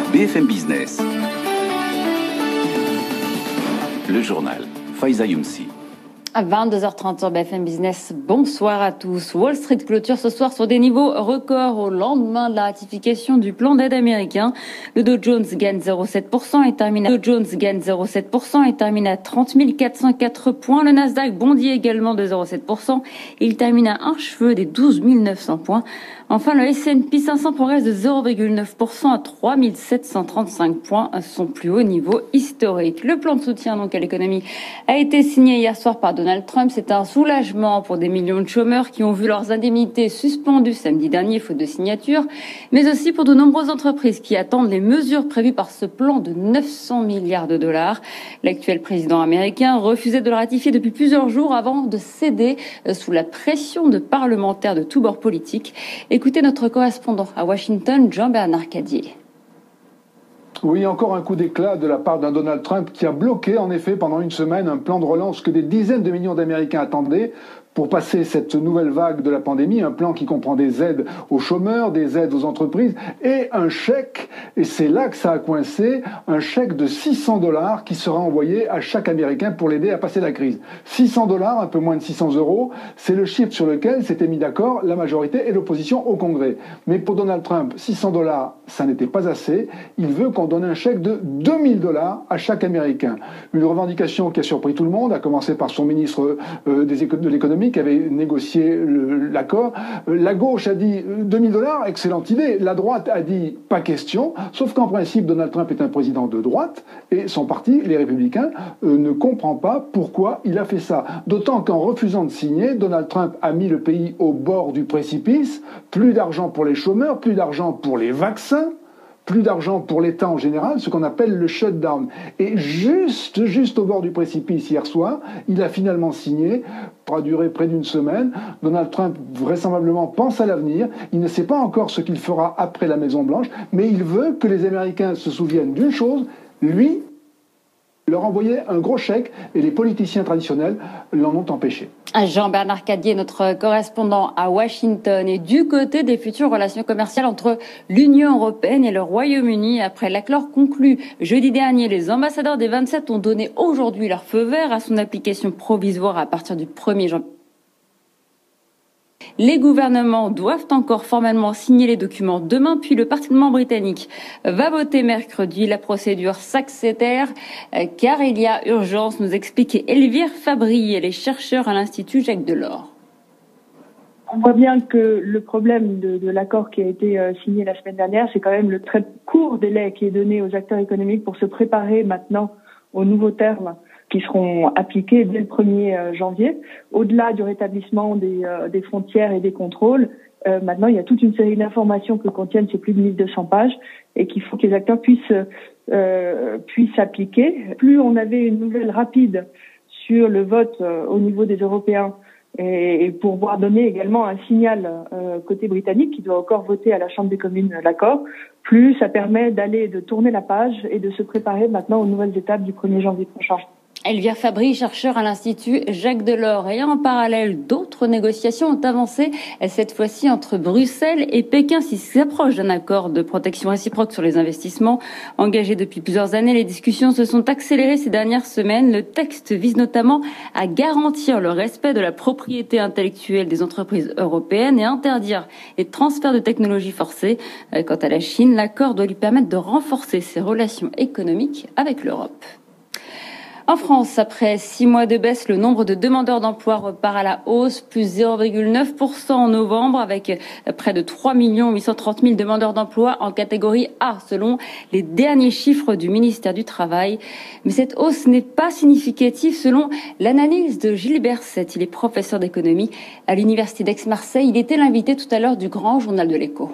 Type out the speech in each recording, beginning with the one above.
BFM Business. Le journal, Faiza Younsi. À 22h30 sur BFM Business, bonsoir à tous. Wall Street clôture ce soir sur des niveaux records au lendemain de la ratification du plan d'aide américain. Le Dow Jones gagne 0,7% et termine à 30 404 points. Le Nasdaq bondit également de 0,7%. Il termine à un cheveu des 12 900 points. Enfin, le S&P 500 progresse de 0,9% à 3 735 points, son plus haut niveau historique. Le plan de soutien donc à l'économie a été signé hier soir par Donald Trump. C'est un soulagement pour des millions de chômeurs qui ont vu leurs indemnités suspendues samedi dernier faute de signature, mais aussi pour de nombreuses entreprises qui attendent les mesures prévues par ce plan de 900 milliards de dollars. L'actuel président américain refusait de le ratifier depuis plusieurs jours avant de céder sous la pression de parlementaires de tous bords politiques. Écoutez notre correspondant à Washington, Jean-Bernard Cadier. Oui, encore un coup d'éclat de la part d'un Donald Trump qui a bloqué en effet pendant une semaine un plan de relance que des dizaines de millions d'Américains attendaient pour passer cette nouvelle vague de la pandémie, un plan qui comprend des aides aux chômeurs, des aides aux entreprises et un chèque, et c'est là que ça a coincé, un chèque de $600 qui sera envoyé à chaque Américain pour l'aider à passer la crise. $600, un peu moins de 600 €, c'est le chiffre sur lequel s'étaient mis d'accord la majorité et l'opposition au Congrès. Mais pour Donald Trump, $600, ça n'était pas assez. Il veut qu'on donne un chèque de $2000 à chaque Américain. Une revendication qui a surpris tout le monde, à commencer par son ministre de l'économie, qui avait négocié l'accord. La gauche a dit $2000, excellente idée. La droite a dit pas question, sauf qu'en principe, Donald Trump est un président de droite et son parti, les Républicains, ne comprend pas pourquoi il a fait ça. D'autant qu'en refusant de signer, Donald Trump a mis le pays au bord du précipice. Plus d'argent pour les chômeurs, plus d'argent pour les vaccins, plus d'argent pour l'État en général, ce qu'on appelle le shutdown. Et juste au bord du précipice hier soir, il a finalement signé, pour durer près d'une semaine. Donald Trump vraisemblablement pense à l'avenir. Il ne sait pas encore ce qu'il fera après la Maison-Blanche, mais il veut que les Américains se souviennent d'une chose, lui, leur envoyer un gros chèque et les politiciens traditionnels l'en ont empêché. Jean-Bernard Cadier, notre correspondant à Washington, et du côté des futures relations commerciales entre l'Union européenne et le Royaume-Uni. Après l'accord conclu jeudi dernier, les ambassadeurs des 27 ont donné aujourd'hui leur feu vert à son application provisoire à partir du 1er janvier. Les gouvernements doivent encore formellement signer les documents demain, puis le Parlement britannique va voter mercredi. La procédure s'accélère car il y a urgence, nous explique Elvire Fabry, elle est chercheure à l'Institut Jacques Delors. On voit bien que le problème de l'accord qui a été signé la semaine dernière, c'est quand même le très court délai qui est donné aux acteurs économiques pour se préparer maintenant aux nouveaux termes qui seront appliqués dès le 1er janvier. Au-delà du rétablissement des frontières et des contrôles, maintenant il y a toute une série d'informations que contiennent ces plus de 1200 pages et qu'il faut que les acteurs puissent appliquer. Plus on avait une nouvelle rapide sur le vote au niveau des Européens et pour pouvoir donner également un signal côté britannique qui doit encore voter à la Chambre des communes l'accord, plus ça permet de tourner la page et de se préparer maintenant aux nouvelles étapes du 1er janvier prochain. Elvire Fabry, chercheur à l'Institut Jacques Delors. Et en parallèle, d'autres négociations ont avancé, cette fois-ci entre Bruxelles et Pékin, qui s'approche d'un accord de protection réciproque sur les investissements. Engagés depuis plusieurs années, les discussions se sont accélérées ces dernières semaines. Le texte vise notamment à garantir le respect de la propriété intellectuelle des entreprises européennes et interdire les transferts de technologies forcés. Quant à la Chine, l'accord doit lui permettre de renforcer ses relations économiques avec l'Europe. En France, après 6 mois de baisse, le nombre de demandeurs d'emploi repart à la hausse, plus 0,9% en novembre, avec près de 3 830 000 demandeurs d'emploi en catégorie A, selon les derniers chiffres du ministère du Travail. Mais cette hausse n'est pas significative selon l'analyse de Gilles Berset. Il est professeur d'économie à l'Université d'Aix-Marseille. Il était l'invité tout à l'heure du grand journal de l'Écho.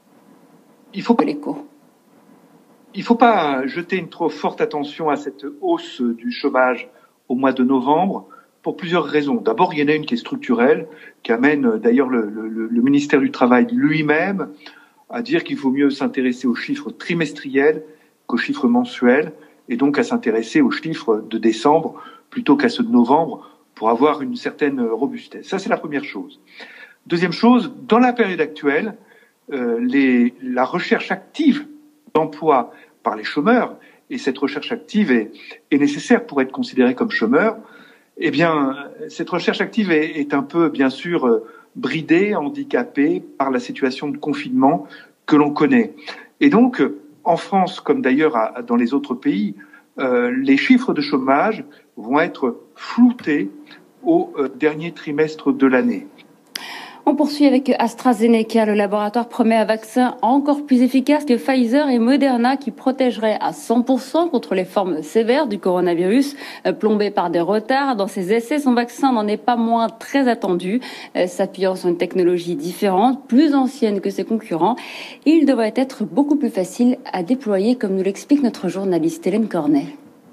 Il ne faut pas jeter une trop forte attention à cette hausse du chômage au mois de novembre pour plusieurs raisons. D'abord, il y en a une qui est structurelle, qui amène d'ailleurs le ministère du Travail lui-même à dire qu'il faut mieux s'intéresser aux chiffres trimestriels qu'aux chiffres mensuels, et donc à s'intéresser aux chiffres de décembre plutôt qu'à ceux de novembre pour avoir une certaine robustesse. Ça, c'est la première chose. Deuxième chose, dans la période actuelle, la recherche active d'emploi par les chômeurs, et cette recherche active est nécessaire pour être considéré comme chômeur, eh bien, cette recherche active est un peu, bien sûr, bridée, handicapée par la situation de confinement que l'on connaît. Et donc, en France, comme d'ailleurs dans les autres pays, les chiffres de chômage vont être floutés au dernier trimestre de l'année. On poursuit avec AstraZeneca. Le laboratoire promet un vaccin encore plus efficace que Pfizer et Moderna qui protégerait à 100% contre les formes sévères du coronavirus. Plombé par des retards dans ses essais, son vaccin n'en est pas moins très attendu. S'appuyant sur une technologie différente, plus ancienne que ses concurrents, il devrait être beaucoup plus facile à déployer, comme nous l'explique notre journaliste Hélène Cornet.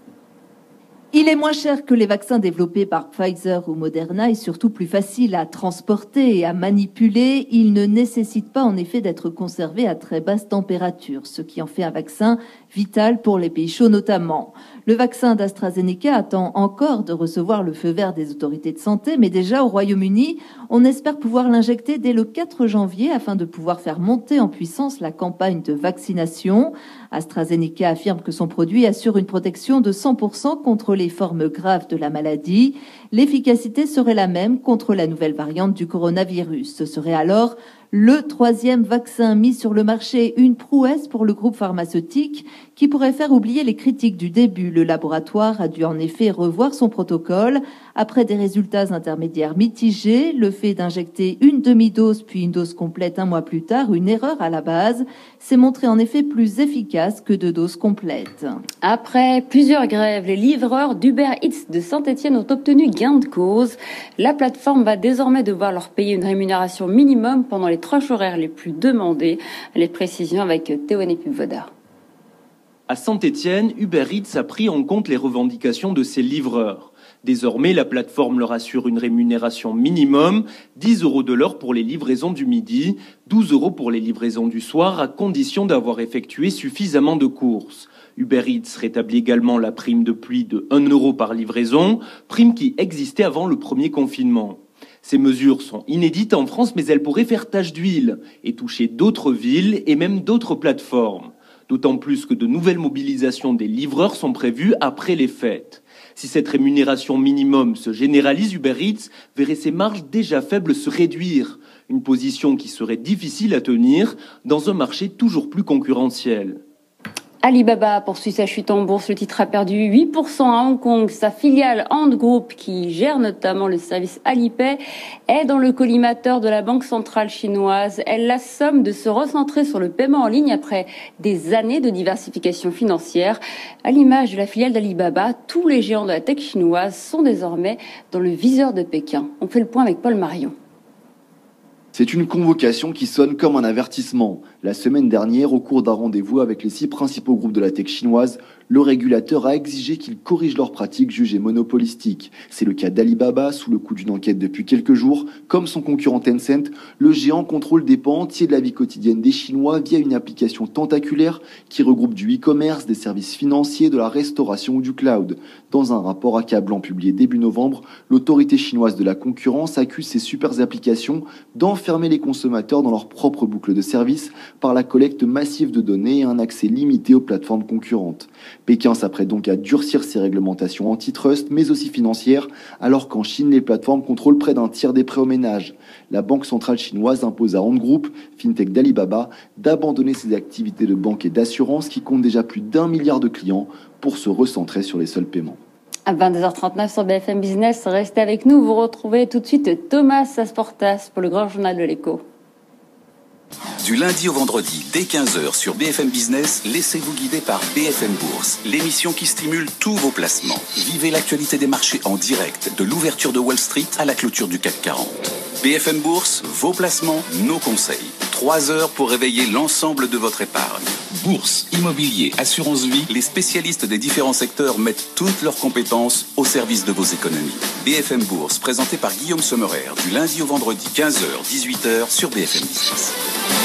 Il est moins cher que les vaccins développés par Pfizer ou Moderna et surtout plus facile à transporter et à manipuler. Il ne nécessite pas en effet d'être conservé à très basse température, ce qui en fait un vaccin vital pour les pays chauds notamment. Le vaccin d'AstraZeneca attend encore de recevoir le feu vert des autorités de santé, mais déjà au Royaume-Uni, on espère pouvoir l'injecter dès le 4 janvier afin de pouvoir faire monter en puissance la campagne de vaccination. AstraZeneca affirme que son produit assure une protection de 100% contre les formes graves de la maladie. L'efficacité serait la même contre la nouvelle variante du coronavirus. Ce serait alors le 3e vaccin mis sur le marché, une prouesse pour le groupe pharmaceutique qui pourrait faire oublier les critiques du début. Le laboratoire a dû en effet revoir son protocole après des résultats intermédiaires mitigés. Le fait d'injecter une demi-dose puis une dose complète un mois plus tard, une erreur à la base, s'est montré en effet plus efficace que 2 doses complètes. Après plusieurs grèves, les livreurs d'Uber Eats de Saint-Étienne ont obtenu gain de cause. La plateforme va désormais devoir leur payer une rémunération minimum pendant les tranches horaires les plus demandées. Les précisions avec Théoné Pubvoda. À Saint-Étienne, Uber Eats a pris en compte les revendications de ses livreurs. Désormais, la plateforme leur assure une rémunération minimum, 10 € de l'heure pour les livraisons du midi, 12 € pour les livraisons du soir, à condition d'avoir effectué suffisamment de courses. Uber Eats rétablit également la prime de pluie de 1 € par livraison, prime qui existait avant le premier confinement. Ces mesures sont inédites en France, mais elles pourraient faire tache d'huile et toucher d'autres villes et même d'autres plateformes. D'autant plus que de nouvelles mobilisations des livreurs sont prévues après les fêtes. Si cette rémunération minimum se généralise, Uber Eats verrait ses marges déjà faibles se réduire. Une position qui serait difficile à tenir dans un marché toujours plus concurrentiel. Alibaba poursuit sa chute en bourse. Le titre a perdu 8% à Hong Kong. Sa filiale Ant Group, qui gère notamment le service Alipay, est dans le collimateur de la Banque centrale chinoise. Elle l'assomme de se recentrer sur le paiement en ligne après des années de diversification financière. À l'image de la filiale d'Alibaba, tous les géants de la tech chinoise sont désormais dans le viseur de Pékin. On fait le point avec Paul Marion. C'est une convocation qui sonne comme un avertissement. La semaine dernière, au cours d'un rendez-vous avec les 6 principaux groupes de la tech chinoise, le régulateur a exigé qu'ils corrigent leurs pratiques jugées monopolistiques. C'est le cas d'Alibaba, sous le coup d'une enquête depuis quelques jours. Comme son concurrent Tencent, le géant contrôle des pans entiers de la vie quotidienne des Chinois via une application tentaculaire qui regroupe du e-commerce, des services financiers, de la restauration ou du cloud. Dans un rapport accablant publié début novembre, l'autorité chinoise de la concurrence accuse ces super applications d'enfermer les consommateurs dans leur propre boucle de services par la collecte massive de données et un accès limité aux plateformes concurrentes. Pékin s'apprête donc à durcir ses réglementations antitrust, mais aussi financières, alors qu'en Chine, les plateformes contrôlent près d'un tiers des prêts aux ménages. La Banque centrale chinoise impose à Ant Group, fintech d'Alibaba, d'abandonner ses activités de banque et d'assurance qui comptent déjà plus d'1 milliard de clients pour se recentrer sur les seuls paiements. À 22h39 sur BFM Business, restez avec nous. Vous retrouvez tout de suite Thomas Sasportas pour le grand journal de l'écho. Du lundi au vendredi, dès 15h sur BFM Business, laissez-vous guider par BFM Bourse, l'émission qui stimule tous vos placements. Vivez l'actualité des marchés en direct, de l'ouverture de Wall Street à la clôture du CAC 40. BFM Bourse, vos placements, nos conseils. 3 heures pour réveiller l'ensemble de votre épargne. Bourse, immobilier, assurance vie, les spécialistes des différents secteurs mettent toutes leurs compétences au service de vos économies. BFM Bourse, présenté par Guillaume Sommerer, du lundi au vendredi, 15h, 18h sur BFM Business.